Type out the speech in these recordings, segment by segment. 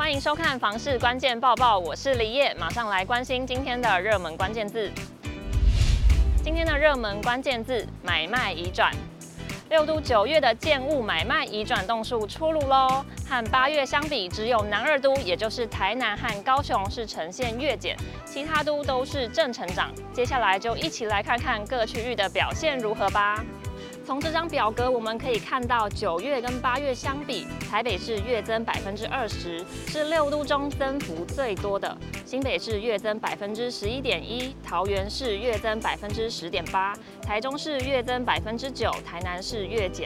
欢迎收看房市关键报报，我是李叶，马上来关心今天的热门关键字。今天的热门关键字：买卖移转。6都9月的建物买卖移转栋数出炉喽，和8月相比，只有南2都，也就是台南和高雄是呈现月减，其他都是正成长。接下来就一起来看看各区域的表现如何吧。从这张表格我们可以看到，9月跟8月相比，台北市月增20%，是6都中增幅最多的。新北市月增11.1%，桃园市月增10.8%，台中市月增9%，台南市月减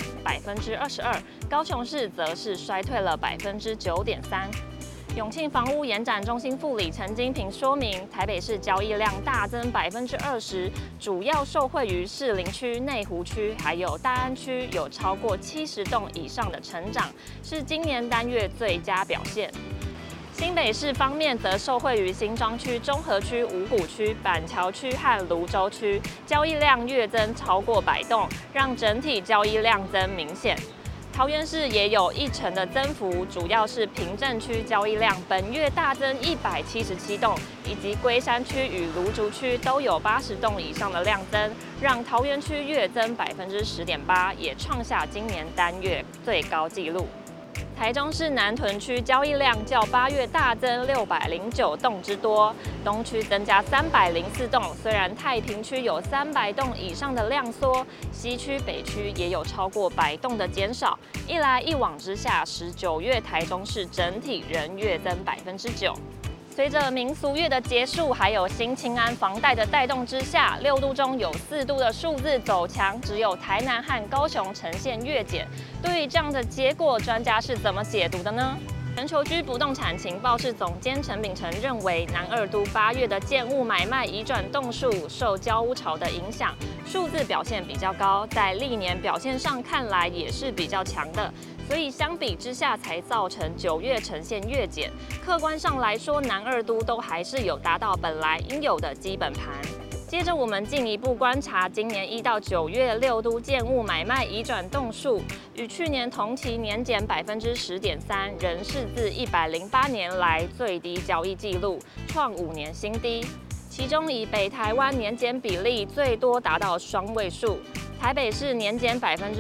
22%，高雄市则是衰退了9.3%。永庆房屋延展中心副理陈金平说明，台北市交易量大增20%，主要受惠于士林区、内湖区还有大安区有超过70栋以上的成长，是今年单月最佳表现。新北市方面则受惠于新庄区、中和区、五股区、板桥区和芦洲区，交易量月增超过100栋，让整体交易量增明显。桃园市也有1成的增幅，主要是平镇区交易量本月大增177栋，以及龟山区与芦竹区都有80栋以上的量增，让桃园区月增10.8%，也创下今年单月最高纪录。台中市南屯区交易量较8月大增609栋之多，东区增加304栋，虽然太平区有300栋以上的量缩，西区、北区也有超过100栋的减少，一来一往之下，19月台中市整体仍月增9%。随着民俗月的结束，还有新青安房贷的带动之下，6都中有4都的数字走强，只有台南和高雄呈现月减。对于这样的结果，专家是怎么解读的呢？全球居不动产情报室总监陈秉成认为，南2都8月的建物买卖移转栋数受交屋潮的影响，数字表现比较高，在历年表现上看来也是比较强的。所以相比之下，才造成9月呈现月减。客观上来说，南2都都还是有达到本来应有的基本盘。接着我们进一步观察今年1到9月6都建物买卖移转栋数，与去年同期年减10.3%，仍是自108年来最低交易记录，创5年新低。其中以北台湾年减比例最多达到双位数。台北市年减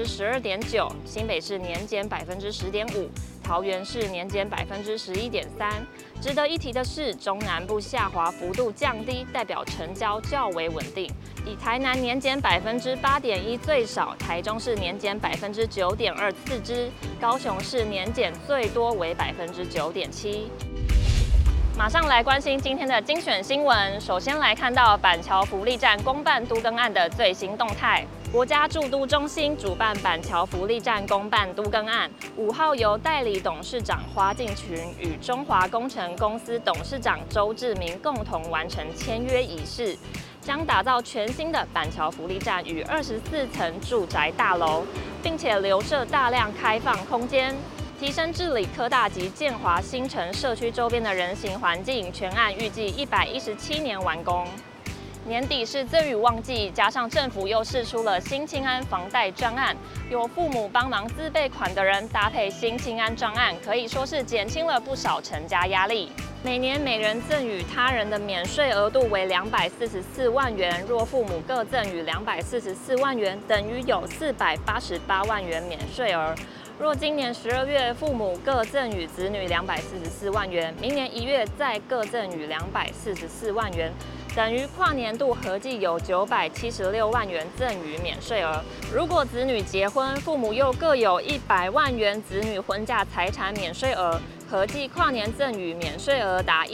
12.9%，新北市年减10.5%，桃园市年减11.3%。值得一提的是，中南部下滑幅度降低，代表成交较为稳定。以台南年减8.1%最少，台中市年减9.2%次之，高雄市年减最多为9.7%。马上来关心今天的精选新闻。首先来看到板桥福利站公办都更案的最新动态。国家驻都中心主办板桥福利站公办都更案，5号由代理董事长花敬群与中华工程公司董事长周志明共同完成签约仪式，将打造全新的板桥福利站与24层住宅大楼，并且留设大量开放空间。提升治理科大及建华新城社区周边的人行环境，全案预计117年完工。年底是赠与旺季，加上政府又释出了新青安房贷专案，有父母帮忙自备款的人搭配新青安专案，可以说是减轻了不少成家压力。每年每人赠与他人的免税额度为244万元，若父母各赠与244万元，等于有488万元免税额。若今年12月父母各赠与子女244万元，明年1月再各赠与244万元，等于跨年度合计有976万元赠与免税额。如果子女结婚，父母又各有100万元子女婚嫁财产免税额，合计跨年赠与免税额达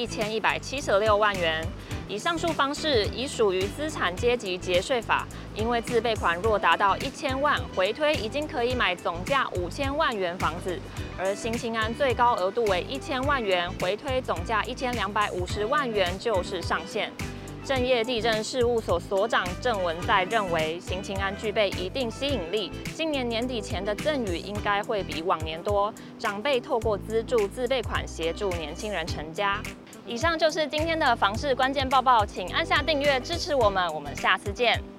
1176万元。以上述方式已属于资产阶级节税法，因为自备款若达到1000万，回推已经可以买总价5000万元房子，而新青安最高额度为1000万元，回推总价1250万元就是上限。正业地政事务所所长郑文在认为，新青安具备一定吸引力，今年年底前的赠与应该会比往年多，长辈透过资助自备款协助年轻人成家。以上就是今天的房市关键报报，请按下订阅支持我们，我们下次见。